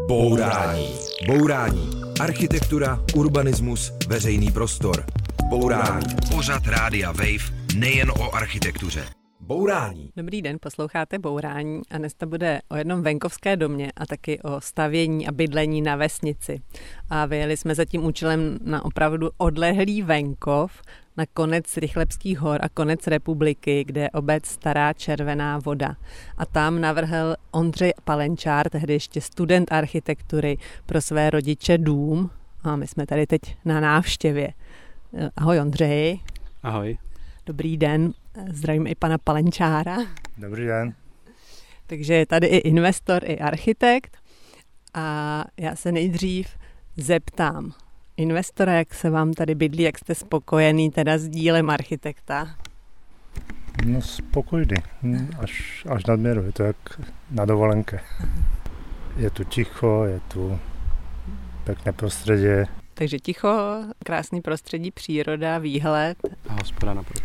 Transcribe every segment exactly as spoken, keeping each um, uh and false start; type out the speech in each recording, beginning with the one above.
Bourání. Bourání. Architektura, urbanismus, veřejný prostor. Bourání. Pořad Rádia Wave nejen o architektuře. Bourání. Dobrý den, posloucháte Bourání a dnes to bude o jednom venkovské domě a taky o stavění a bydlení na vesnici. A vyjeli jsme za tím účelem na opravdu odlehlý venkov, na konec Rychlebských hor a konec republiky, kde je obec Stará Červená Voda. A tam navrhl Ondřej Palenčár, tehdy ještě student architektury, pro své rodiče dům. A my jsme tady teď na návštěvě. Ahoj Ondřej. Ahoj. Dobrý den, zdravím i pana Palenčára. Dobrý den. Takže je tady i investor, i architekt a já se nejdřív zeptám investora, jak se vám tady bydlí, jak jste spokojený teda s dílem architekta? No spokojený, až, až nadměru, je to jak na dovolenke. Je tu ticho, je tu pěkné prostředí. Takže ticho, krásný prostředí, příroda, výhled. A hospoda naproti.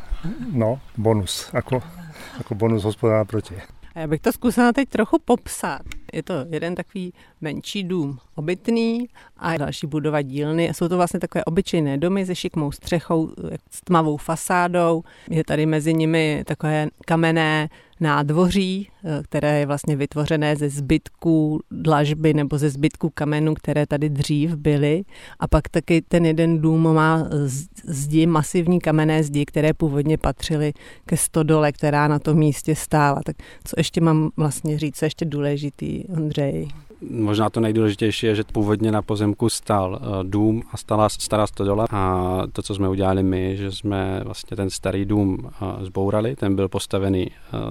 No, bonus, jako, jako bonus hospoda naproti. A já bych to zkusila teď trochu popsat. Je to jeden takový menší dům obytný a další budova dílny. Jsou to vlastně takové obyčejné domy se šikmou střechou, s tmavou fasádou. Je tady mezi nimi takové kamenné nádvoří, které je vlastně vytvořené ze zbytků dlažby nebo ze zbytků kamenů, které tady dřív byly. A pak taky ten jeden dům má zdi, masivní kamenné zdi, které původně patřily ke stodole, která na tom místě stála. Tak co ještě mám vlastně říct, co ještě důležitý, Ondřej? Možná to nejdůležitější je, že původně na pozemku stál dům a stala stará stodola a to, co jsme udělali my, že jsme vlastně ten starý dům zbourali, ten byl postavený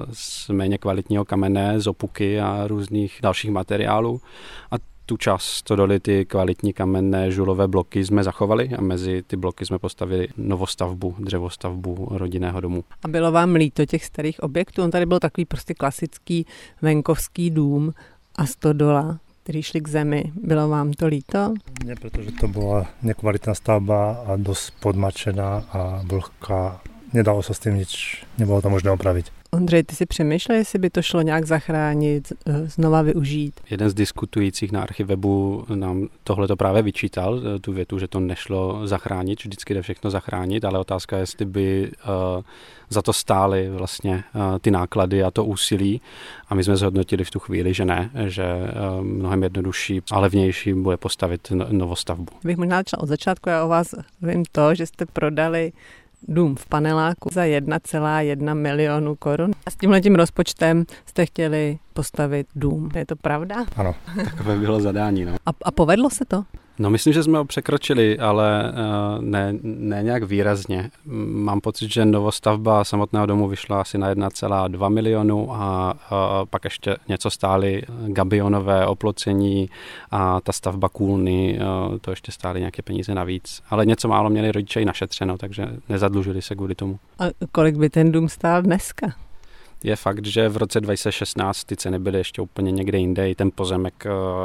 z méně kvalitního kamene, z opuky a různých dalších materiálů a tu část stodoly, ty kvalitní kamenné žulové bloky jsme zachovali a mezi ty bloky jsme postavili novostavbu, dřevostavbu rodinného domu. A bylo vám líto těch starých objektů? On tady byl takový prostě klasický venkovský dům a stodola, který šli k zemi. Bylo vám to líto? Ne, protože to byla nekvalitná stavba a dost podmačená a vlhká. Nedalo se s tím nič, nebylo to možné opravit. Ondřej, ty si přemýšlel, jestli by to šlo nějak zachránit, znova využít? Jeden z diskutujících na Archiwebu nám tohleto právě vyčítal, tu větu, že to nešlo zachránit, vždycky jde všechno zachránit, ale otázka je, jestli by uh, za to stály vlastně uh, ty náklady a to úsilí. A my jsme zhodnotili v tu chvíli, že ne, že uh, mnohem jednodušší a levnější bude postavit no, novostavbu. Bych možná začala od začátku, já o vás vím to, že jste prodali dům v paneláku za jedna celá jedna milionu korun. A s tímhletím rozpočtem jste chtěli postavit dům. Je to pravda? Ano. Takové bylo zadání, no. A, a povedlo se to? No myslím, že jsme ho překročili, ale uh, ne, ne nějak výrazně. Mám pocit, že novostavba samotného domu vyšla asi na jedna celá dva milionu a uh, pak ještě něco stály gabionové oplocení a ta stavba kůlny, uh, to ještě stály nějaké peníze navíc. Ale něco málo měli rodiče i našetřeno, takže nezadlužili se kvůli tomu. A kolik by ten dům stál dneska? Je fakt, že v roce dva tisíce šestnáct ty ceny byly ještě úplně někde jinde. I ten pozemek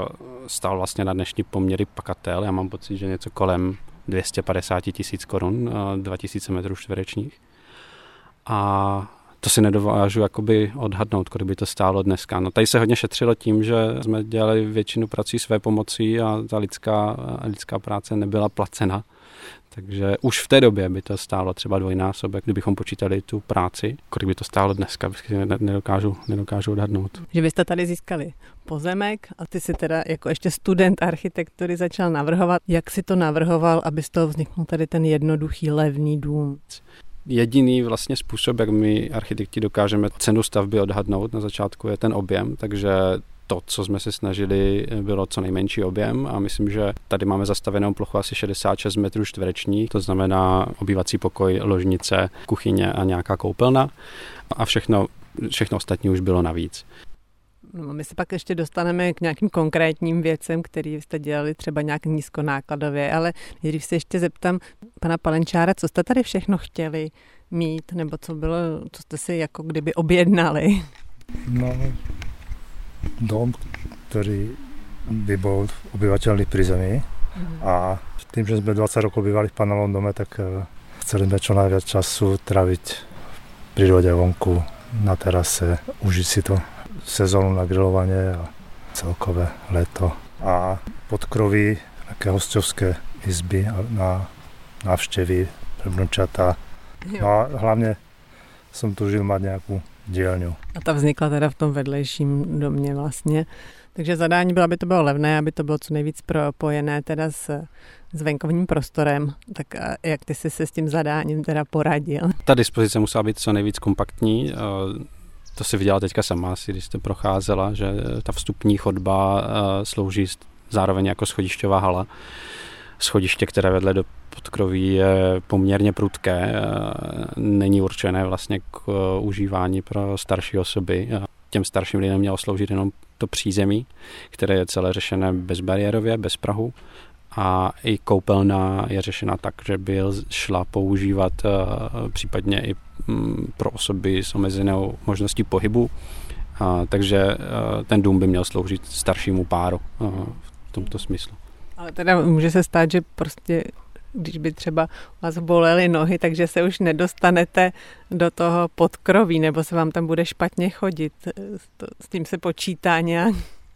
stál vlastně na dnešní poměry pakatel. Já mám pocit, že něco kolem dvě stě padesát tisíc korun, dva tisíce metrů čtverečních. A to si nedovážu jakoby odhadnout, kolik by to stálo dneska. No tady se hodně šetřilo tím, že jsme dělali většinu prací své pomocí a ta lidská, lidská práce nebyla placena. Takže už v té době by to stálo třeba dvojnásobek, kdybychom počítali tu práci. Kolik by to stálo dneska, nedokážu, nedokážu odhadnout. Že byste tady získali pozemek a ty si teda jako ještě student architektury začal navrhovat. Jak si to navrhoval, aby z toho vzniknul tady ten jednoduchý levný dům? Jediný vlastně způsob, jak my architekti dokážeme cenu stavby odhadnout na začátku, je ten objem, takže to, co jsme se snažili, bylo co nejmenší objem a myslím, že tady máme zastavenou plochu asi šedesát šest metrů čtverečních, to znamená obývací pokoj, ložnice, kuchyně a nějaká koupelna a všechno, všechno ostatní už bylo navíc. No, my se pak ještě dostaneme k nějakým konkrétním věcem, které jste dělali třeba nějak nízkonákladově, ale když se ještě zeptám pana Palenčára, co jste tady všechno chtěli mít, nebo co bylo, co jste si jako kdyby objednali? No, dom, ktorý by bol obyvateľný pri zemi mm. a tým, že sme dvadsať rokov bývali v panelovom dome, tak chceli sme čo najviac času traviť v prírode vonku, na terase, užiť si to sezónu na grilovanie a celkové léto. A podkroví také hostovské izby na návštěvy pre vnúčata. No a hlavně jsem tužil mít nějakou dílňu. A ta vznikla teda v tom vedlejším domě vlastně. Takže zadání bylo, aby to bylo levné, aby to bylo co nejvíc propojené teda s, s venkovním prostorem. Tak a jak ty jsi se s tím zadáním teda poradil? Ta dispozice musela být co nejvíc kompaktní. To si viděla teďka sama, asi, když jste procházela, že ta vstupní chodba slouží zároveň jako schodišťová hala. Schodiště, které vedle do podkroví je poměrně prudké, není určené vlastně k užívání pro starší osoby. Těm starším lidem mělo sloužit jenom to přízemí, které je celé řešené bezbariérově, bez prahu. A i koupelna je řešena tak, že by šla používat případně i pro osoby s omezenou možností pohybu. Takže ten dům by měl sloužit staršímu páru v tomto smyslu. Ale teda může se stát, že prostě, když by třeba vás bolely nohy, takže se už nedostanete do toho podkroví, nebo se vám tam bude špatně chodit. S tím se počítá nějak?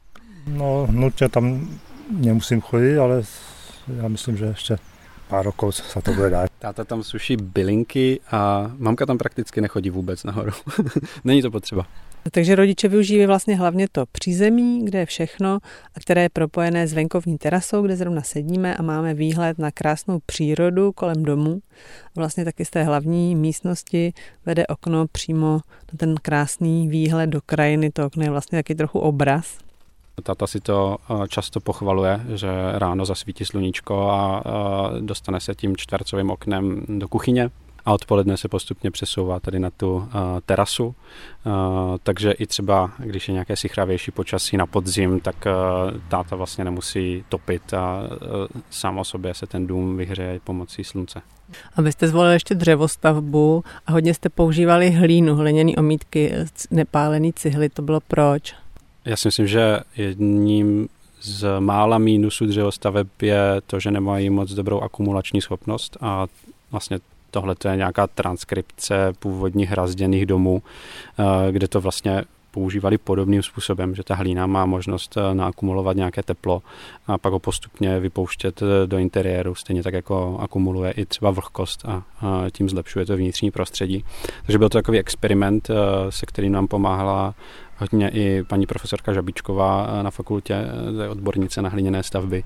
No, nutně tam nemusím chodit, ale já myslím, že ještě pár rokov se to bude dát. Táta tam suší bylinky a mamka tam prakticky nechodí vůbec nahoru. Není to potřeba. Takže rodiče využívají vlastně hlavně to přízemí, kde je všechno, a které je propojené s venkovní terasou, kde zrovna sedíme a máme výhled na krásnou přírodu kolem domu. Vlastně taky z té hlavní místnosti vede okno přímo na ten krásný výhled do krajiny. To okno je vlastně taky trochu obraz. Tata si to často pochvaluje, že ráno zasvítí sluníčko a dostane se tím čtvercovým oknem do kuchyně. A odpoledne se postupně přesouvá tady na tu uh, terasu, uh, takže i třeba, když je nějaké sichravější počasí na podzim, tak uh, táta vlastně nemusí topit a uh, sám o sobě se ten dům vyhřeje pomocí slunce. A vy jste zvolili ještě dřevostavbu a hodně jste používali hlínu, hliněný omítky, nepálený cihly, to bylo proč? Já si myslím, že jedním z mála mínusů dřevostaveb je to, že nemají moc dobrou akumulační schopnost a vlastně tohle to je nějaká transkripce původních hrazděných domů, kde to vlastně používali podobným způsobem, že ta hlína má možnost naakumulovat nějaké teplo a pak ho postupně vypouštět do interiéru, stejně tak jako akumuluje i třeba vlhkost a tím zlepšuje to vnitřní prostředí. Takže byl to takový experiment, se kterým nám pomáhala hodně i paní profesorka Žabičková na fakultě, to je odbornice na hliněné stavby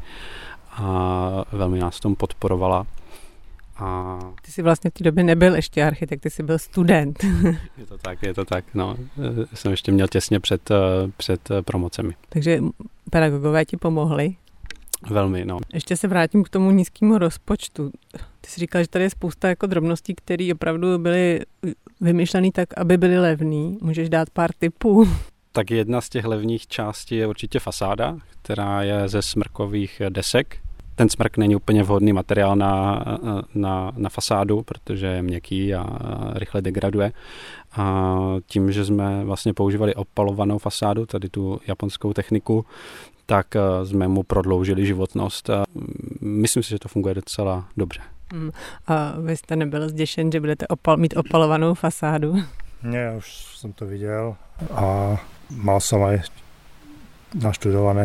a velmi nás v tom podporovala. A... Ty jsi vlastně v té době nebyl ještě architekt, ty jsi byl student. Je to tak, je to tak, no. Jsem ještě měl těsně před, před promocemi. Takže pedagogové ti pomohli? Velmi, no. Ještě se vrátím k tomu nízkému rozpočtu. Ty jsi říkal, že tady je spousta jako drobností, které opravdu byly vymyšlené tak, aby byly levný. Můžeš dát pár tipů? Tak jedna z těch levných částí je určitě fasáda, která je ze smrkových desek. Ten smrk není úplně vhodný materiál na, na, na fasádu, protože je měkký a rychle degraduje. A tím, že jsme vlastně používali opalovanou fasádu, tady tu japonskou techniku, tak jsme mu prodloužili životnost. A myslím si, že to funguje docela dobře. Hmm. A vy jste nebyl zděšen, že budete opal, mít opalovanou fasádu? Ne, už jsem to viděl a mal jsem aj naštudované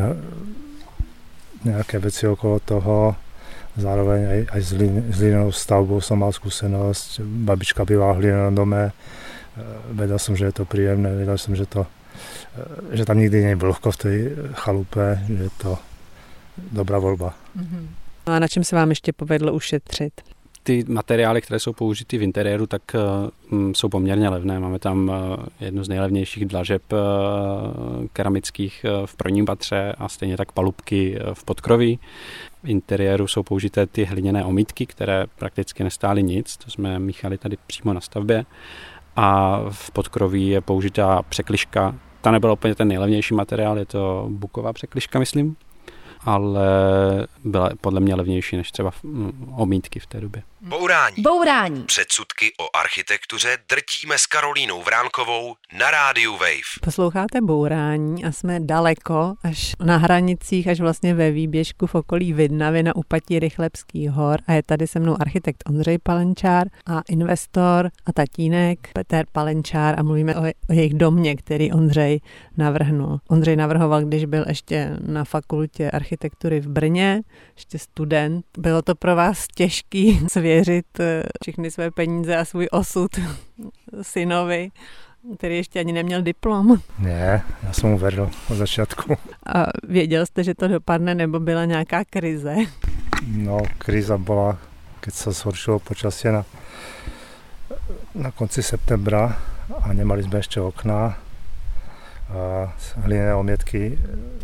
nějaké věci okolo toho. Zároveň aj, aj s, hlín, s hlínenou stavbou som mal skúsenosť. Babička bývala v hlínenom dome. Vedel som, že je to príjemné. Vedel som, že, to, že tam nikdy nie je vlhko v tej chalupe. Že je to dobrá volba. Mm-hmm. A na čem se vám ještě povedlo ušetřit? Ty materiály, které jsou použity v interiéru, tak uh, jsou poměrně levné. Máme tam uh, jednu z nejlevnějších dlažeb uh, keramických uh, v prvním patře a stejně tak palubky uh, v podkroví. V interiéru jsou použité ty hliněné omítky, které prakticky nestály nic. To jsme míchali tady přímo na stavbě. A v podkroví je použitá překližka. Ta nebyla úplně ten nejlevnější materiál, je to buková překližka, myslím. ale byla podle mě levnější než třeba omítky v té době. Bourání. Bourání. Předsudky o architektuře drtíme s Karolínou Vránkovou na rádiu Wave. Posloucháte Bourání a jsme daleko, až na hranicích, až vlastně ve výběžku v okolí Vidnavy na úpatí Rychlebských hor a je tady se mnou architekt Ondřej Palenčár a investor a tatínek Petr Palenčár a mluvíme o, o jejich domě, který Ondřej navrhnul. Ondřej navrhoval, když byl ještě na fakultě architektury v Brně, ještě student. Bylo to pro vás těžký svěřit všechny své peníze a svůj osud synovi, který ještě ani neměl diplom? Ne, já jsem mu veril od začátku. A věděl jste, že to dopadne, nebo byla nějaká krize? No, kriza byla, keď sa zhoršilo počasie na, na konci septembra a nemali sme ešte okná. A hlinené omietky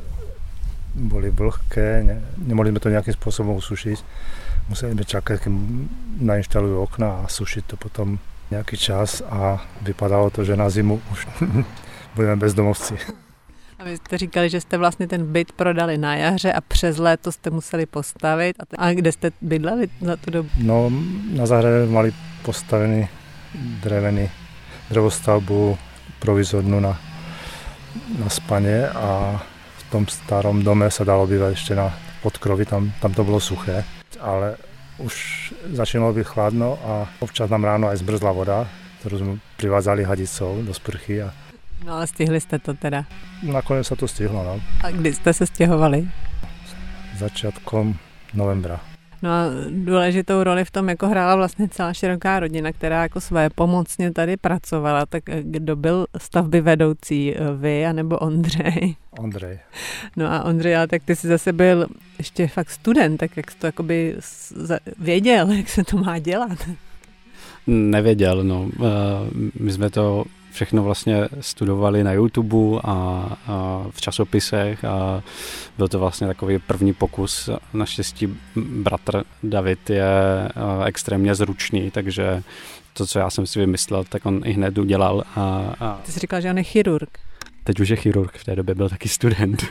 boli vlhké, ne, nemohli sme to nejakým spôsobom usušiť. Museli sme čakať, keď nainštalujú okná a sušiť to potom nejaký čas a vypadalo to, že na zimu už budeme bezdomovci. A vy jste říkali, že jste vlastně ten byt prodali na jaře a přes léto jste museli postavit. A, te- a kde jste bydleli za tu dobu? No, na zahrade mali postavený drevený drevostavbu provizornú na, na spanie a v tom starom dome sa dalo bývať ešte na podkrovi, tam, tam to bolo suché. Ale už začínalo byť chladno a občas nám ráno aj zmrzla voda, ktorú sme privádzali hadicou do sprchy. A No ale stihli jste to teda. Nakonec sa to stihlo, no. A kdy jste se stěhovali? Začiatkom novembra. No a důležitou roli v tom jako hrála vlastně celá široká rodina, která jako své pomocně tady pracovala. Tak kdo byl stavby vedoucí, vy anebo Ondřej? Ondřej. No a Ondřej, ale tak ty jsi zase byl ještě fakt student, tak jak jsi to jakoby věděl, jak se to má dělat? Nevěděl, no. My jsme to všechno vlastně studovali na YouTube a, a v časopisech a byl to vlastně takový první pokus. Naštěstí bratr David je extrémně zručný, takže to, co já jsem si vymyslel, tak on i hned udělal. A, a Ty jsi říkal, že on je chirurg. Teď už je chirurg, v té době byl taky student.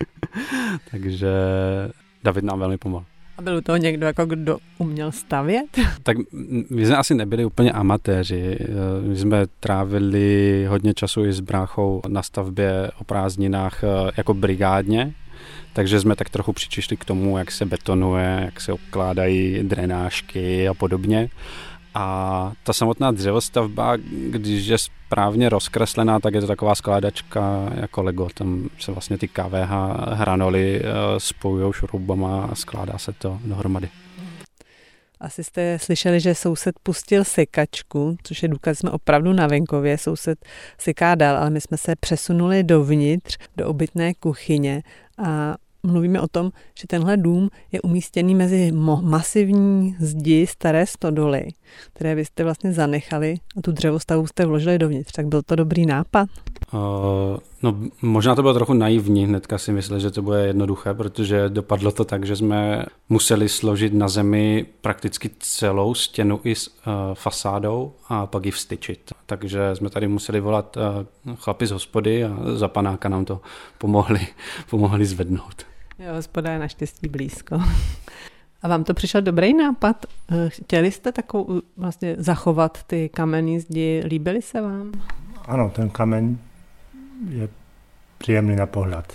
Takže David nám velmi pomohl. A byl u toho někdo, jako kdo uměl stavět? Tak my jsme asi nebyli úplně amatéři. My jsme trávili hodně času i s bráchou na stavbě o prázdninách jako brigádně, takže jsme tak trochu přičišli k tomu, jak se betonuje, jak se ukládají drenážky a podobně. A ta samotná dřevostavba, když je správně rozkreslená, tak je to taková skládačka jako Lego. Tam se vlastně ty K V H hranoly spojují šroubama a skládá se to dohromady. Asi jste slyšeli, že soused pustil sekačku, což je důkaz, jsme opravdu na venkově. Soused seká dál, ale my jsme se přesunuli dovnitř, do obytné kuchyně a mluvíme o tom, že tenhle dům je umístěný mezi mo- masivní zdi staré stodoly, které byste vlastně zanechali a tu dřevostavu jste vložili dovnitř. Tak byl to dobrý nápad? Uh, no možná to bylo trochu naivní, hnedka si myslel, že to bude jednoduché, protože dopadlo to tak, že jsme museli složit na zemi prakticky celou stěnu i s uh, fasádou a pak ji vstyčit. Takže jsme tady museli volat uh, chlapi z hospody a za panáka nám to pomohli, pomohli zvednout. Jo, hospoda je naštěstí blízko. A vám to přišel dobrý nápad? Chtěli jste takovou vlastně zachovat ty kamenné zdi? Líbily se vám? Áno, ten kameň je príjemný na pohľad.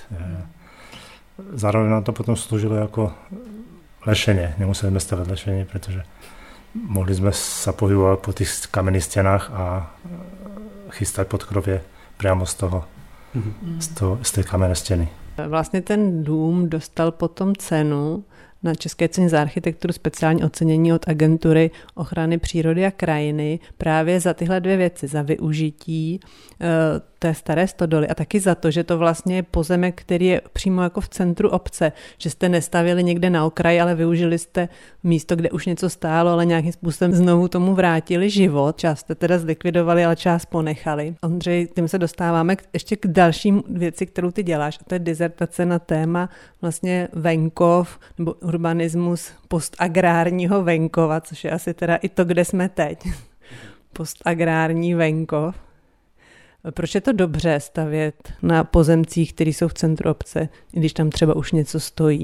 Zároveň nám to potom slúžilo ako lešenie. Nemuseli sme stavať lešenie, pretože mohli sme sa pohybovať po tých kamenných stenách a chystať podkrovie priamo z toho, mm-hmm. z, toho, z tej kamenné steny. Vlastně ten dům dostal potom cenu na České ceně za architekturu, speciální ocenění od agentury ochrany přírody a krajiny právě za tyhle dvě věci, za využití e, té staré stodoly a taky za to, že to vlastně je pozemek, který je přímo jako v centru obce, že jste nestavili někde na okraji, ale využili jste místo, kde už něco stálo, ale nějakým způsobem znovu tomu vrátili život. Část jste teda zlikvidovali, ale část ponechali. Ondřej, tím se dostáváme k, ještě k dalším věci, kterou ty děláš, a to je dizertace na téma vlastně venkov nebo urbanismus postagrárního venkova, což je asi teda i to, kde jsme teď. Postagrární venkov. Proč je to dobře stavět na pozemcích, které jsou v centru obce, i když tam třeba už něco stojí?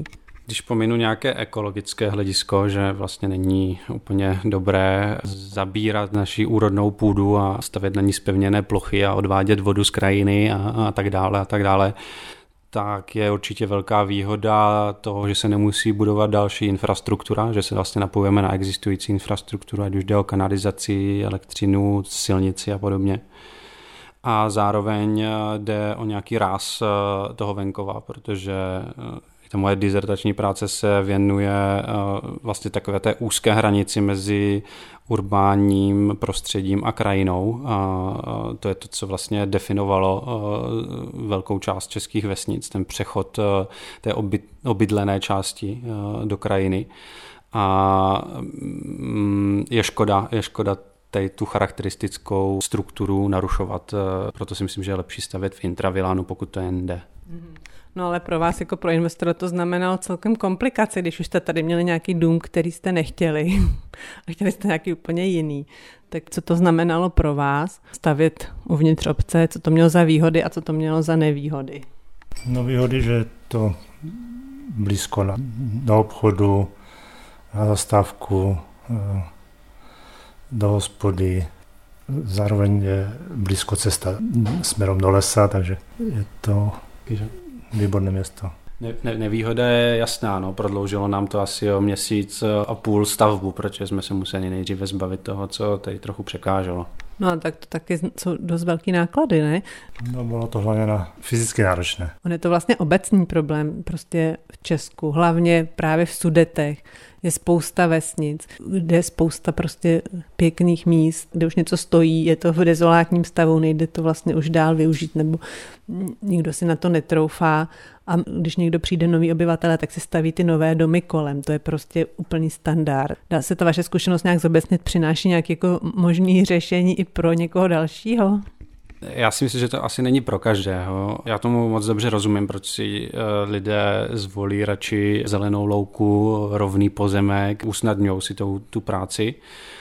Když pominu nějaké ekologické hledisko, že vlastně není úplně dobré zabírat naši úrodnou půdu a stavět na ní zpevněné plochy a odvádět vodu z krajiny a, a tak dále a tak dále, tak je určitě velká výhoda toho, že se nemusí budovat další infrastruktura, že se vlastně napojíme na existující infrastrukturu, ať už jde o kanalizaci, elektřinu, silnici a podobně. A zároveň jde o nějaký ráz toho venkova, protože ta moje dizertační práce se věnuje vlastně takové té úzké hranici mezi urbánním prostředím a krajinou. A to je to, co vlastně definovalo velkou část českých vesnic, ten přechod té obydlené části do krajiny. A je škoda, je škoda tady tu charakteristickou strukturu narušovat. Proto si myslím, že je lepší stavět v intravilánu, pokud to jen jde. No ale pro vás jako pro investora to znamenalo celkem komplikaci, když už jste tady měli nějaký dům, který jste nechtěli a chtěli jste nějaký úplně jiný. Tak co to znamenalo pro vás stavět uvnitř obce, co to mělo za výhody a co to mělo za nevýhody? No výhody, že je to blízko na, do obchodu, na zastávku, do hospody, zároveň je blízko cesta směrem do lesa, takže je to výborné město. Ne, ne, nevýhoda je jasná, no. Prodloužilo nám to asi o měsíc a půl stavbu, protože jsme se museli nejdříve zbavit toho, co tady trochu překáželo. No a tak to taky jsou dost velký náklady, ne? No bylo to hlavně na fyzicky náročné. On je to vlastně obecný problém prostě v Česku, hlavně právě v Sudetech. Je spousta vesnic, kde je spousta prostě pěkných míst, kde už něco stojí, je to v dezolátním stavu, nejde to vlastně už dál využít, nebo nikdo si na to netroufá. A když někdo přijde nový obyvatele, tak si staví ty nové domy kolem. To je prostě úplný standard. Dá se ta vaše zkušenost nějak zobecnit, přináší nějaké jako možné řešení i pro někoho dalšího? Já si myslím, že to asi není pro každého. Já tomu moc dobře rozumím, proč si lidé zvolí radši zelenou louku, rovný pozemek, usnadňují si tu, tu práci.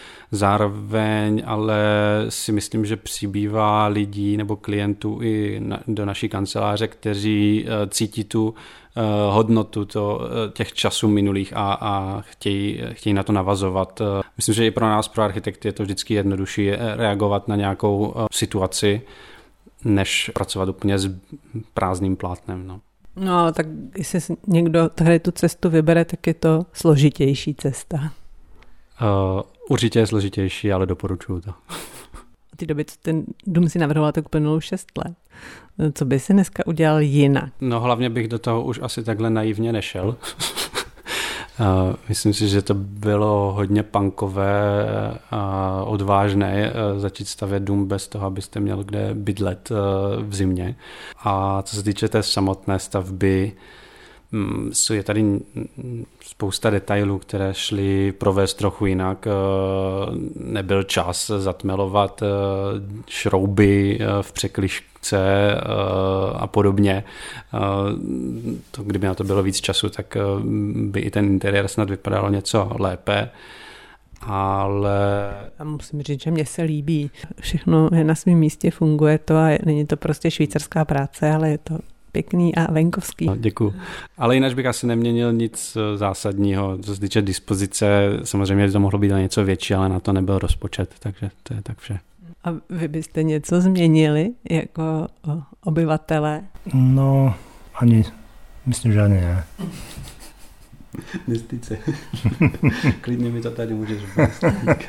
Zároveň ale si myslím, že přibývá lidí nebo klientů i na, do naší kanceláře, kteří cítí tu hodnotu to, těch časů minulých a, a chtějí, chtějí na to navazovat. Myslím, že i pro nás, pro architekty, je to vždycky jednodušší reagovat na nějakou situaci, než pracovat úplně s prázdným plátnem. No. No ale tak jestli někdo tady tu cestu vybere, tak je to složitější cesta. Uh, určitě je složitější, ale doporučuju to. V té době, co ten dům si navrhoval, tak uplynulo šest let. Co by si dneska udělal jinak? No hlavně bych do toho už asi takhle naivně nešel. Myslím si, že to bylo hodně punkové a odvážné začít stavět dům bez toho, abyste měl kde bydlet v zimě. A co se týče té samotné stavby, je tady spousta detailů, které šly provést trochu jinak. Nebyl čas zatmelovat šrouby v překližce a podobně. To, kdyby na to bylo víc času, tak by i ten interiér snad vypadal něco lépe. Ale... Já musím říct, že mně se líbí. Všechno je na svém místě, funguje to a není to prostě švýcarská práce, ale je to pěkný a venkovský. No, děkuju. Ale jinak bych asi neměnil nic zásadního, co se týče dispozice. Samozřejmě to mohlo být něco větší, ale na to nebyl rozpočet, takže to je tak vše. A vy byste něco změnili jako obyvatele? No, ani, myslím, že ani ne. Nestyď se. Klidně mi to tady můžeš vést.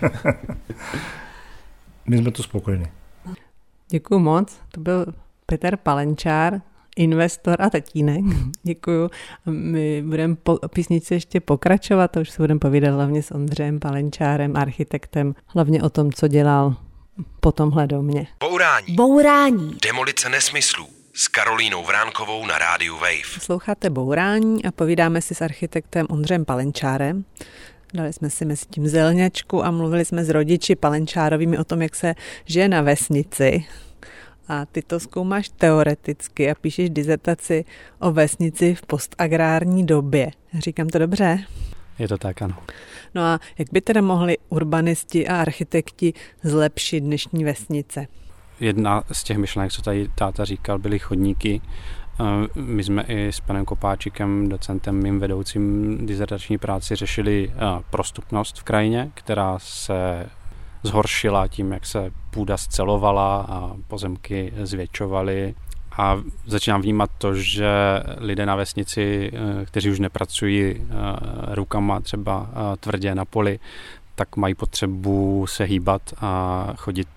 My jsme tu spokojení. Děkuju moc. To byl Petr Palenčár, investor a tatínek. Děkuju. My budeme po písničce ještě pokračovat a už se budeme povídat hlavně s Ondřejem Palenčárem, architektem, hlavně o tom, co dělal po tomhle domě. Bourání. Bourání. Demolice nesmyslů s Karolínou Vránkovou na rádiu Wave. Posloucháte Bourání a povídáme si s architektem Ondřejem Palenčárem. Dali jsme si mezi tím zelňačku a mluvili jsme s rodiči Palenčárovými o tom, jak se žije na vesnici. A ty to zkoumáš teoreticky a píšeš dizertaci o vesnici v postagrární době. Říkám to dobře? Je to tak, ano. No a jak by teda mohli urbanisti a architekti zlepšit dnešní vesnice? Jedna z těch myšlenek, co tady táta říkal, byly chodníky. My jsme i s panem Kopáčikem, docentem, mým vedoucím dizertační práci, řešili prostupnost v krajině, která se zhoršila tím, jak se půda scelovala a pozemky zvětšovaly. A začínám vnímat to, že lidé na vesnici, kteří už nepracují rukama třeba tvrdě na poli, tak mají potřebu se hýbat a chodit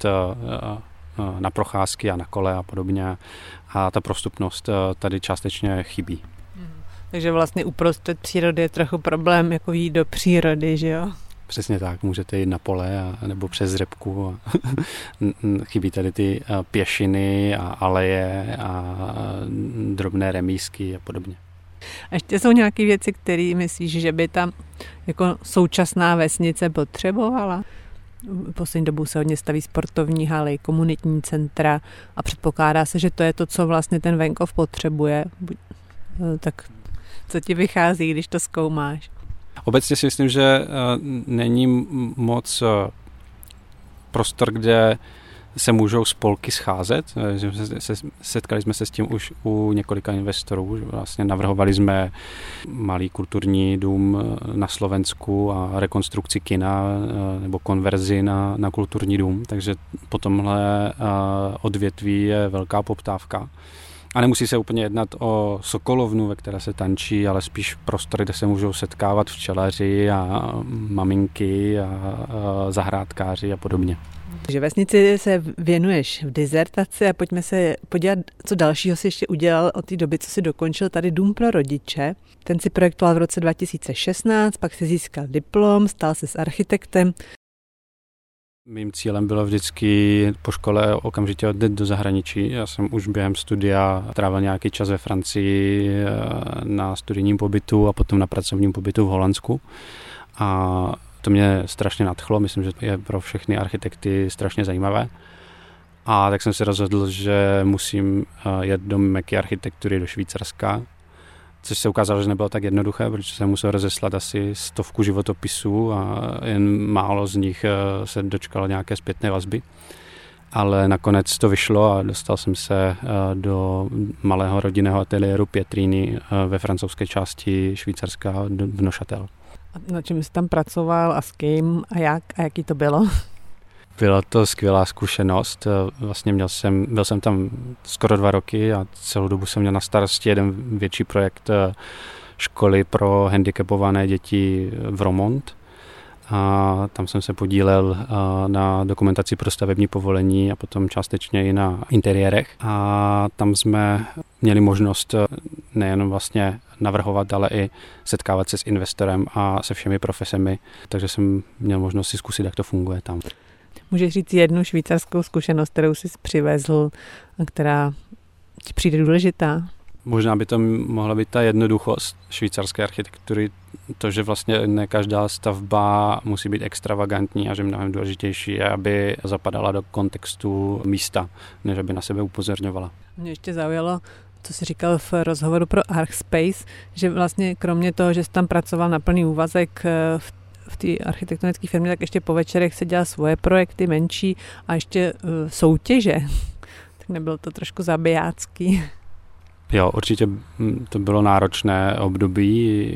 na procházky a na kole a podobně. A ta prostupnost tady částečně chybí. Takže vlastně uprostřed přírody je trochu problém, jako jít do přírody, že jo? Přesně tak, můžete jít na pole a, nebo přes řepku. A chybí tady ty pěšiny a aleje a drobné remísky a podobně. A ještě jsou nějaké věci, které myslíš, že by tam jako současná vesnice potřebovala? V poslední dobou se hodně staví sportovní haly, komunitní centra a předpokládá se, že to je to, co vlastně ten venkov potřebuje. Tak co ti vychází, když to zkoumáš? Obecně si myslím, že není moc prostor, kde se můžou spolky scházet. Setkali jsme se s tím už u několika investorů. Vlastně navrhovali jsme malý kulturní dům na Slovensku a rekonstrukci kina nebo konverzi na, na kulturní dům. Takže po tomhle odvětví je velká poptávka. A nemusí se úplně jednat o sokolovnu, ve které se tančí, ale spíš prostor, kde se můžou setkávat včelaři a maminky a, a zahrádkáři a podobně. Takže vesnici se věnuješ v dizertaci a pojďme se podívat, co dalšího si ještě udělal od té doby, co si dokončil tady Dům pro rodiče. Ten si projektoval v roce dva tisíce šestnáct, pak si získal diplom, stal se s architektem. Mým cílem bylo vždycky po škole okamžitě odjet do zahraničí. Já jsem už během studia trávil nějaký čas ve Francii na studijním pobytu a potom na pracovním pobytu v Holandsku. A to mě strašně nadchlo, myslím, že to je pro všechny architekty strašně zajímavé. A tak jsem se rozhodl, že musím jet do Meky architektury do Švýcarska, což se ukázalo, že nebylo tak jednoduché, protože jsem musel rozeslat asi stovku životopisů a jen málo z nich se dočkalo nějaké zpětné vazby. Ale nakonec to vyšlo a dostal jsem se do malého rodinného ateliéru Pietrini ve francouzské části Švýcarska v Neuchâtel. A na čem jsi tam pracoval a s kým a jak a jaký to bylo? Byla to skvělá zkušenost. Vlastně měl jsem, byl jsem tam skoro dva roky a celou dobu jsem měl na starosti jeden větší projekt školy pro handicapované děti v Romont. A tam jsem se podílel na dokumentaci pro stavební povolení a potom částečně i na interiérech. A tam jsme měli možnost nejen vlastně navrhovat, ale i setkávat se s investorem a se všemi profesemi. Takže jsem měl možnost si zkusit, jak to funguje tam. Můžeš říct jednu švýcarskou zkušenost, kterou jsi přivezl a která ti přijde důležitá? Možná by to mohla být ta jednoduchost švýcarské architektury, to, že vlastně ne každá stavba musí být extravagantní a že mnohem důležitější je, aby zapadala do kontextu místa, než aby na sebe upozorňovala. Mě ještě zaujalo, co jsi říkal v rozhovoru pro Archspace, že vlastně kromě toho, že jsi tam pracoval na plný úvazek v v té architektonické firmě, tak ještě po večerech se dělal svoje projekty menší a ještě uh, soutěže. Tak nebylo to trošku zabijácký. Jo, určitě to bylo náročné období,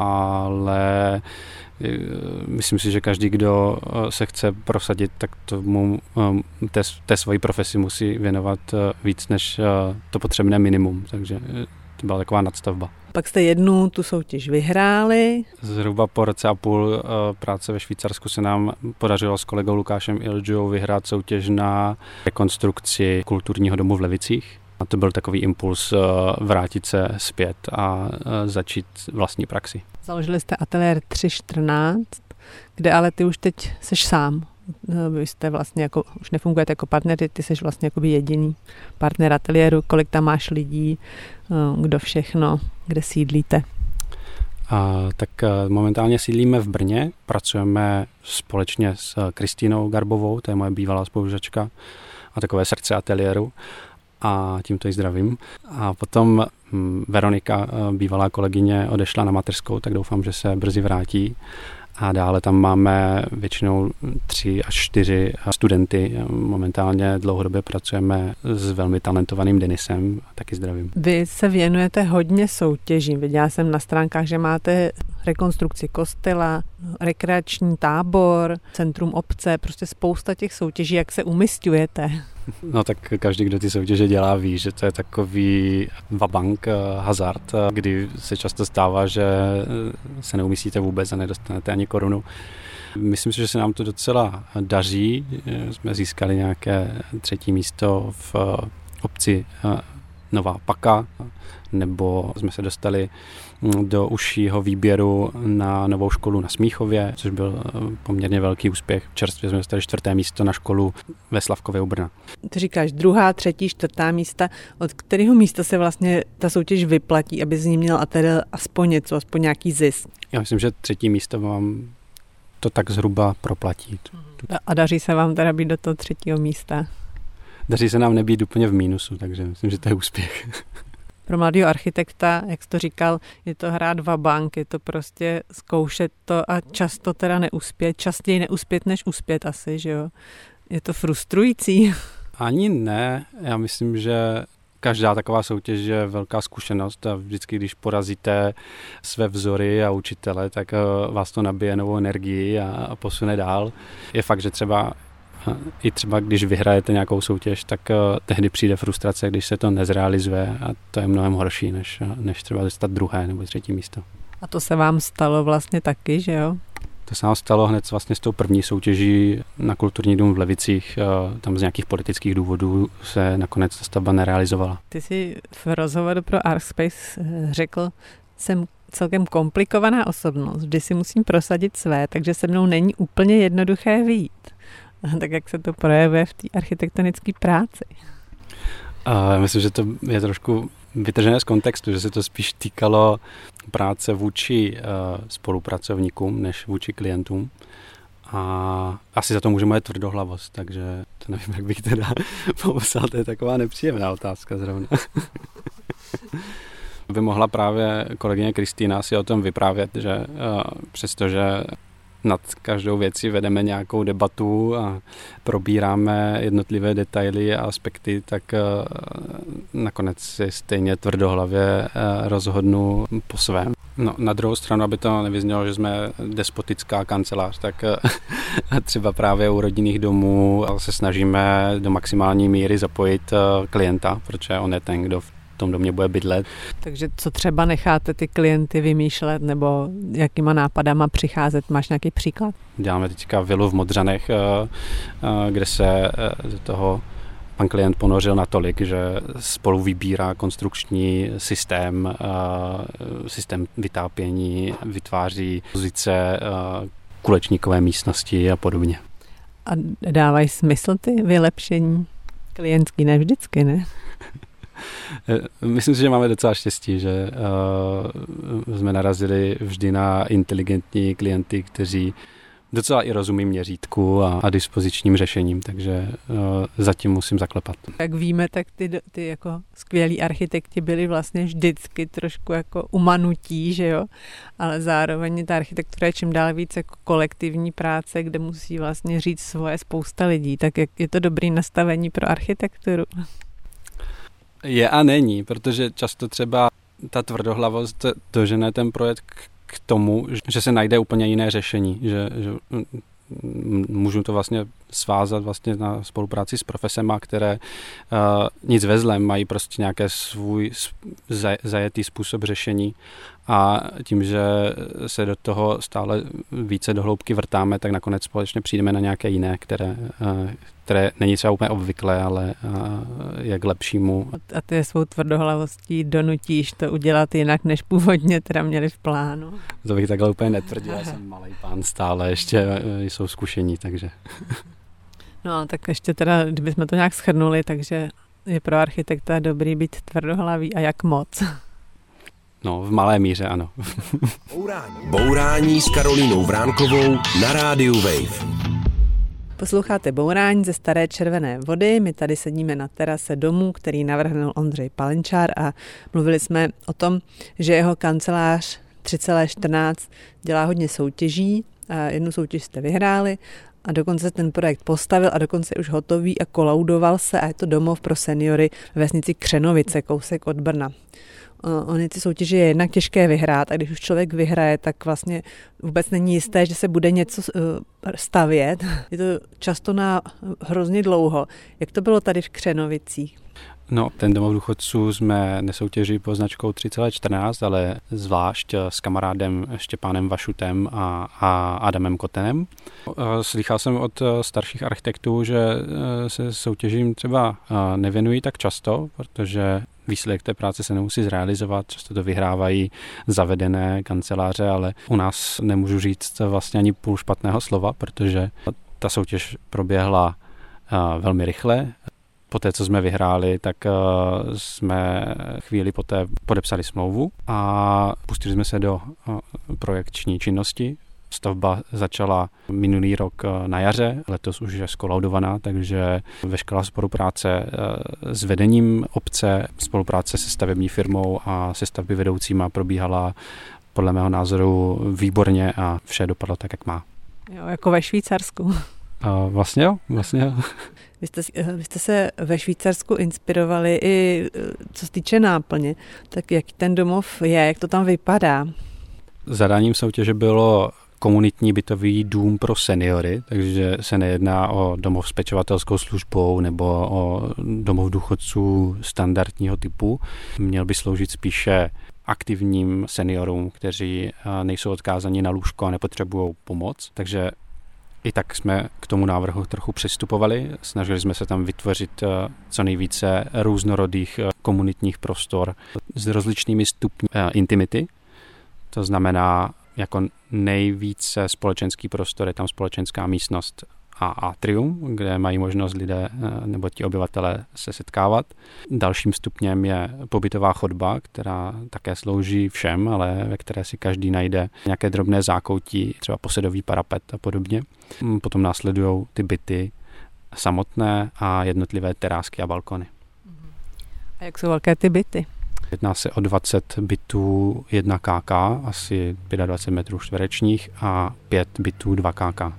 ale myslím si, že každý, kdo se chce prosadit, tak tomu té, té svojí profesi musí věnovat víc než to potřebné minimum, takže to byla taková nadstavba. Pak jste jednu tu soutěž vyhráli. Zhruba po roce a půl práce ve Švýcarsku se nám podařilo s kolegou Lukášem Ilžou vyhrát soutěž na rekonstrukci kulturního domu v Levicích. A to byl takový impuls vrátit se zpět a začít vlastní praxi. Založili jste ateliér tři čtrnáct, kde ale ty už teď seš sám. Vy jste vlastně jako, už nefungujete jako partnery, ty jsi vlastně jakoby jediný partner ateliéru. Kolik tam máš lidí, kdo všechno, kde sídlíte? A, tak momentálně sídlíme v Brně, pracujeme společně s Kristýnou Garbovou, to je moje bývalá spolužačka a takové srdce ateliéru. A tímto ji zdravím. A potom Veronika, bývalá kolegyně, odešla na mateřskou, tak doufám, že se brzy vrátí. A dále tam máme většinou tři až čtyři studenty. Momentálně dlouhodobě pracujeme s velmi talentovaným Denisem, taky zdravím. Vy se věnujete hodně soutěžím. Viděla jsem na stránkách, že máte rekonstrukci kostela, rekreační tábor, centrum obce, prostě spousta těch soutěží. Jak se umisťujete? No tak každý, kdo ty soutěže dělá, ví, že to je takový vabank, hazard, kdy se často stává, že se neumístíte vůbec a nedostanete ani korunu. Myslím si, že se nám to docela daří. Jsme získali nějaké třetí místo v obci Nová Paka, nebo jsme se dostali do užšího výběru na novou školu na Smíchově, což byl poměrně velký úspěch. Čerstvě jsme dostali čtvrté místo na školu ve Slavkově u Brna. Ty říkáš druhá, třetí, čtvrtá místa. Od kterého místa se vlastně ta soutěž vyplatí, aby z ní měl a tedy aspoň něco, aspoň nějaký zisk? Já myslím, že třetí místo vám to tak zhruba proplatí. A daří se vám teda být do toho třetího místa? Daří se nám nebýt úplně v mínusu, takže myslím, že to je úspěch. Pro mladého architekta, jak jsi to říkal, je to hrát vabank, je to prostě zkoušet to a často teda neuspět, častěji neuspět než uspět asi, že jo? Je to frustrující? Ani ne, já myslím, že každá taková soutěž je velká zkušenost a vždycky, když porazíte své vzory a učitele, tak vás to nabije novou energii a posune dál. Je fakt, že třeba i třeba když vyhrajete nějakou soutěž, tak tehdy přijde frustrace, když se to nezrealizuje a to je mnohem horší, než, než třeba dostat druhé nebo třetí místo. A to se vám stalo vlastně taky, že jo? To se nám stalo hned vlastně s tou první soutěží na Kulturní dům v Levicích. Tam z nějakých politických důvodů se nakonec ta stavba nerealizovala. Ty jsi v rozhovoru pro Artspace řekl, jsem celkem komplikovaná osobnost, vždy si musím prosadit své, takže se mnou není úplně jednoduché vyjít. Tak jak se to projevuje v té architektonické práci? A myslím, že to je trošku vytržené z kontextu, že se to spíš týkalo práce vůči uh, spolupracovníkům, než vůči klientům. A asi za to může moje tvrdohlavost, takže to nevím, jak bych teda popsal, to je taková nepříjemná otázka zrovna. By mohla právě kolegyně Kristýna si o tom vyprávět, že uh, přestože nad každou věcí vedeme nějakou debatu a probíráme jednotlivé detaily a aspekty, tak nakonec si stejně tvrdohlavě rozhodnu po svém. No, na druhou stranu, aby to nevyznělo, že jsme despotická kancelář, tak třeba právě u rodinných domů se snažíme do maximální míry zapojit klienta, protože on je ten, kdo v tom domě bude bydlet. Takže co třeba necháte ty klienty vymýšlet nebo jakýma nápadama přicházet? Máš nějaký příklad? Děláme teďka vilu v Modřanech, kde se do toho pan klient ponořil natolik, že spolu vybírá konstrukční systém, systém vytápění, vytváří pozice kulečníkové místnosti a podobně. A dávají smysl ty vylepšení? Klientský ne vždycky, ne? Myslím si, že máme docela štěstí, že uh, jsme narazili vždy na inteligentní klienty, kteří docela i rozumí měřítku a, a dispozičním řešením, takže uh, zatím musím zaklepat. Jak víme, tak ty, ty jako skvělí architekti byli vlastně vždycky trošku jako umanutí, že jo, ale zároveň ta architektura je čím dál víc jako kolektivní práce, kde musí vlastně říct svoje spousta lidí, tak jak je to dobrý nastavení pro architekturu? Je a není, protože často třeba ta tvrdohlavost dožene ten projekt k tomu, že se najde úplně jiné řešení, že, že můžu to vlastně svázat vlastně na spolupráci s profesema, které uh, nic ve zlém, mají prostě nějaké svůj zajetý způsob řešení a tím, že se do toho stále více do hloubky vrtáme, tak nakonec společně přijdeme na nějaké jiné, které, uh, které není třeba úplně obvyklé, ale uh, je k lepšímu. A ty svou tvrdohlavostí donutíš to udělat jinak, než původně teda měli v plánu? To bych takhle úplně netvrdil, já jsem malej pán stále, ještě uh, jsou zkušení, takže... No, tak ještě teda, kdybychom to nějak shrnuli, takže je pro architekta dobrý být tvrdohlavý a jak moc? No, v malé míře, ano. Bourání. Bourání s Karolínou Vránkovou na rádiu Wave. Posloucháte Bourání ze Staré Červené Vody. My tady sedíme na terase domu, který navrhnul Ondřej Palenčár a mluvili jsme o tom, že jeho kancelář tři celé čtrnáct dělá hodně soutěží jednu soutěž jste vyhráli a dokonce ten projekt postavil a dokonce je už hotový a kolaudoval se a je to domov pro seniory ve vesnici Křenovice, kousek od Brna. Ony ty soutěže je jednak těžké vyhrát a když už člověk vyhraje, tak vlastně vůbec není jisté, že se bude něco stavět. Je to často na hrozně dlouho. Jak to bylo tady v Křenovicích? No, ten domov důchodců jsme nesoutěžili pod značkou tři celá čtrnáct, ale zvlášť s kamarádem Štěpánem Vašutem a, a Adamem Kotenem. Slychal jsem od starších architektů, že se soutěžím třeba nevěnují tak často, protože výsledek té práce se nemusí zrealizovat, často to vyhrávají zavedené kanceláře, ale u nás nemůžu říct vlastně ani půl špatného slova, protože ta soutěž proběhla velmi rychle. Poté, co jsme vyhráli, tak jsme chvíli poté podepsali smlouvu a pustili jsme se do projekční činnosti. Stavba začala minulý rok na jaře, letos už je skolaudovaná, takže veškerá spolupráce s vedením obce, spolupráce se stavební firmou a se stavby vedoucíma probíhala podle mého názoru výborně a vše dopadlo tak, jak má. Jo, jako ve Švýcarsku. A vlastně jo, vlastně jo. Vy jste, vy jste se ve Švýcarsku inspirovali i co se týče náplně, tak jak ten domov je, jak to tam vypadá? Zadáním soutěže bylo komunitní bytový dům pro seniory, takže se nejedná o domov s pečovatelskou službou nebo o domov důchodců standardního typu. Měl by sloužit spíše aktivním seniorům, kteří nejsou odkázaní na lůžko a nepotřebují pomoc. Takže i tak jsme k tomu návrhu trochu přistupovali. Snažili jsme se tam vytvořit co nejvíce různorodých komunitních prostor s rozličnými stupni intimity. To znamená, jako nejvíce společenský prostor je tam společenská místnost a atrium, kde mají možnost lidé nebo ti obyvatelé se setkávat. Dalším stupněm je pobytová chodba, která také slouží všem, ale ve které si každý najde nějaké drobné zákoutí, třeba posedový parapet a podobně. Potom následují ty byty samotné a jednotlivé terásky a balkony. A jak jsou velké ty byty? Jedná se o dvacet bytů jedna ká ká, asi dvacet pět metrů čtverečních a pět bytů dva ká ká.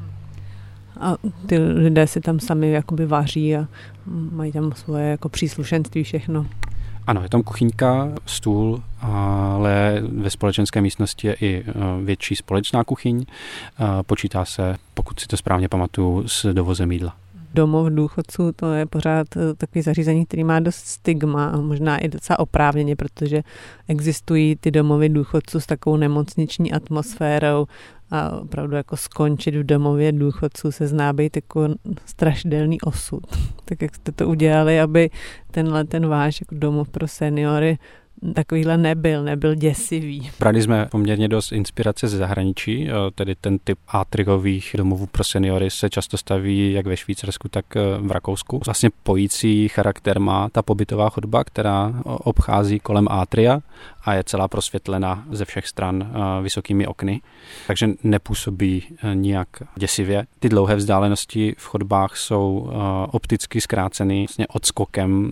A ty lidé si tam sami jakoby vaří a mají tam svoje jako příslušenství, všechno. Ano, je tam kuchyňka, stůl, ale ve společenské místnosti je i větší společná kuchyň. Počítá se, pokud si to správně pamatuju, s dovozem jídla. Domov důchodců, to je pořád takový zařízení, který má dost stigma a možná i docela oprávněně, protože existují ty domovy důchodců s takovou nemocniční atmosférou a opravdu jako skončit v domově důchodců se zná být jako strašidelný osud. Tak jak jste to udělali, aby tenhle ten váš jako domov pro seniory takovýhle nebyl, nebyl děsivý. Brali jsme poměrně dost inspirace ze zahraničí, tedy ten typ atriových domovů pro seniory se často staví jak ve Švýcarsku, tak v Rakousku. Vlastně pojící charakter má ta pobytová chodba, která obchází kolem atria a je celá prosvětlena ze všech stran vysokými okny, takže nepůsobí nijak děsivě. Ty dlouhé vzdálenosti v chodbách jsou opticky zkráceny vlastně odskokem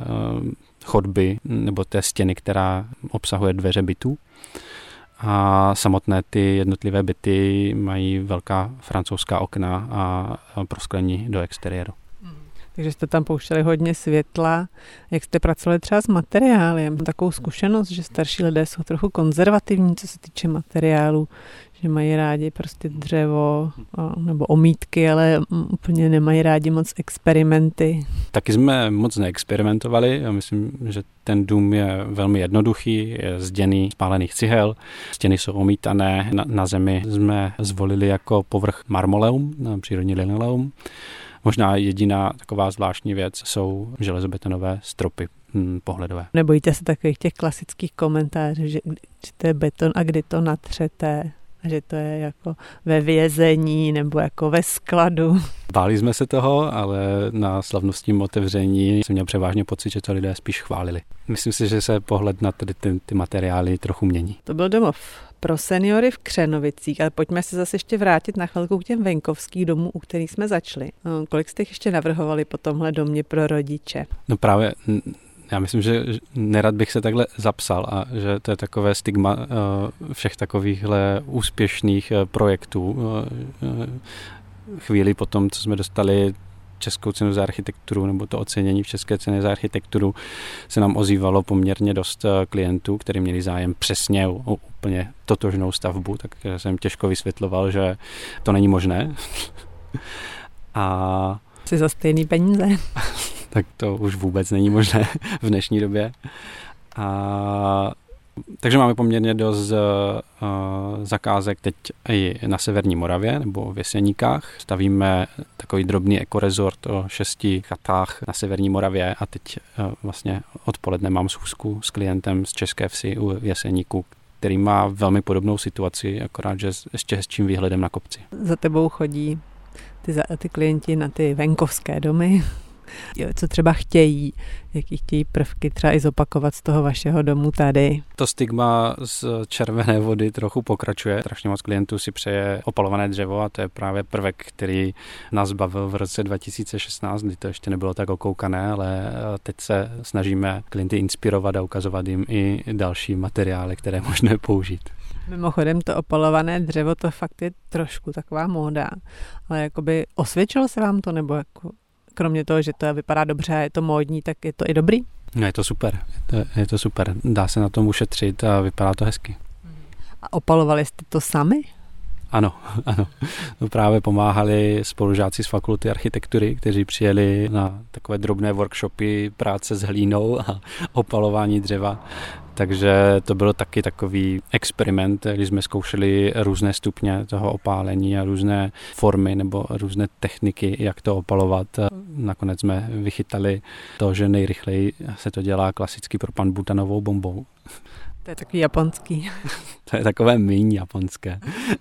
chodby nebo té stěny, která obsahuje dveře bytů. A samotné ty jednotlivé byty mají velká francouzská okna a prosklení do exteriéru. Takže jste tam pouštěli hodně světla. Jak jste pracovali třeba s materiály? Mám takovou zkušenost, že starší lidé jsou trochu konzervativní, co se týče materiálu, že mají rádi prostě dřevo nebo omítky, ale úplně nemají rádi moc experimenty. Taky jsme moc neexperimentovali. Já myslím, že ten dům je velmi jednoduchý, je zděný z pálených cihel, stěny jsou omítané, na, na zemi jsme zvolili jako povrch marmoleum, přírodní linoleum. Možná jediná taková zvláštní věc jsou železobetonové stropy hm, pohledové. Nebojíte se takových těch klasických komentářů, že, že to je beton a kdy to natřete? A že to je jako ve vězení nebo jako ve skladu. Báli jsme se toho, ale na slavnostním otevření jsem měl převážně pocit, že to lidé spíš chválili. Myslím si, že se pohled na tady ty, ty materiály trochu mění. To byl domov pro seniory v Křenovicích, ale pojďme se zase ještě vrátit na chvilku k těm venkovských domů, u kterých jsme začali. Kolik jste jich ještě navrhovali po tomhle domě pro rodiče? No právě Já myslím, že nerad bych se takhle zapsal a že to je takové stigma všech takovýchhle úspěšných projektů. Chvíli po tom, co jsme dostali Českou cenu za architekturu nebo to ocenění v České ceně za architekturu, se nám ozývalo poměrně dost klientů, kteří měli zájem přesně o, o úplně totožnou stavbu, tak jsem těžko vysvětloval, že to není možné. A jsi za stejný peníze. Tak to už vůbec není možné v dnešní době. A takže máme poměrně dost uh, zakázek teď i na severní Moravě nebo v Jeseníkách. Stavíme takový drobný ekorezort o šesti chatách na severní Moravě a teď uh, vlastně odpoledne mám schůzku s klientem z České Vsi u Jeseníku, který má velmi podobnou situaci, akorát, že ještě s čím výhledem na kopci. Za tebou chodí ty, ty klienti na ty venkovské domy, co třeba chtějí, jaký chtějí prvky třeba i zopakovat z toho vašeho domu tady. To stigma z červené vody trochu pokračuje. Strašně moc klientů si přeje opalované dřevo a to je právě prvek, který nás bavil v roce dva tisíce šestnáct, kdy to ještě nebylo tak okoukané, ale teď se snažíme klienty inspirovat a ukazovat jim i další materiály, které je možné použít. Mimochodem to opalované dřevo, to fakt je trošku taková móda, ale jakoby osvědčilo se vám to, nebo jako kromě toho, že to vypadá dobře a je to módní, tak je to i dobrý? No, je to super, je to, je to super. Dá se na tom ušetřit a vypadá to hezky. A opalovali jste to sami? Ano, ano. No, právě pomáhali spolužáci z fakulty architektury, kteří přijeli na takové drobné workshopy práce s hlínou a opalování dřeva. Takže to byl taky takový experiment, když jsme zkoušeli různé stupně toho opálení a různé formy nebo různé techniky, jak to opalovat. Nakonec jsme vychytali to, že nejrychleji se to dělá klasicky propan-butanovou bombou. To je takový japonský. To je takové míň japonské.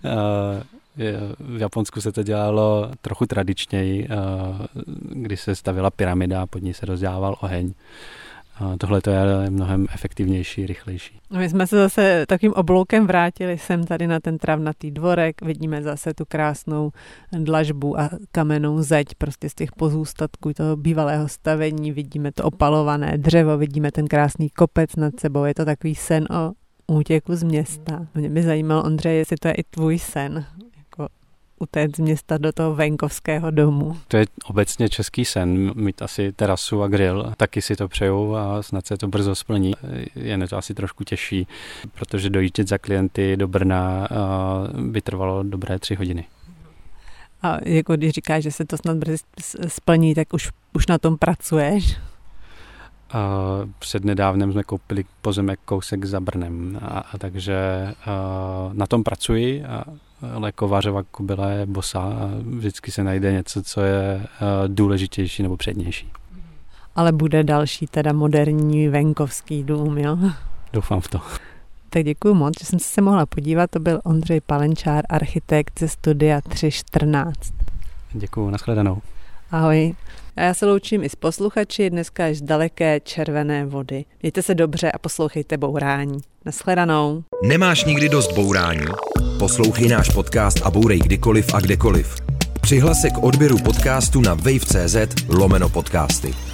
V Japonsku se to dělalo trochu tradičněji, kdy se stavila pyramida a pod ní se rozdělával oheň. Tohle to je mnohem efektivnější, rychlejší. My jsme se zase takým obloukem vrátili sem tady na ten travnatý dvorek. Vidíme zase tu krásnou dlažbu a kamennou zeď prostě z těch pozůstatků toho bývalého stavení. Vidíme to opalované dřevo, vidíme ten krásný kopec nad sebou. Je to takový sen o útěku z města. Mě by zajímalo, Ondřej, jestli to je i tvůj sen, jako utéct z města do toho venkovského domu. To je obecně český sen, mít asi terasu a grill. Taky si to přeju a snad se to brzo splní. Jen je to asi trošku těžší, protože dojíždět za klienty do Brna by trvalo dobré tři hodiny. A jako když říkáš, že se to snad brzy splní, tak už, už na tom pracuješ? Uh, před nedávnem jsme koupili pozemek kousek za Brnem, a, a takže uh, na tom pracuji, a, ale kovářova kobyla je bosá a vždycky se najde něco, co je uh, důležitější nebo přednější. Ale bude další teda moderní venkovský dům, jo? Doufám v to. Tak děkuji moc, že jsem se mohla podívat. To byl Ondřej Palenčár, architekt ze studia tři čtrnáct. Děkuji, nashledanou. Ahoj. A já se loučím i s posluchači, dneska až z daleké červené vody. Mějte se dobře a poslouchejte Bourání. Nashledanou. Nemáš nikdy dost bourání? Poslouchej náš podcast a bourej kdykoliv a kdekoliv. Přihlas se k odběru podcastu na wave tečka cz lomeno podcasty.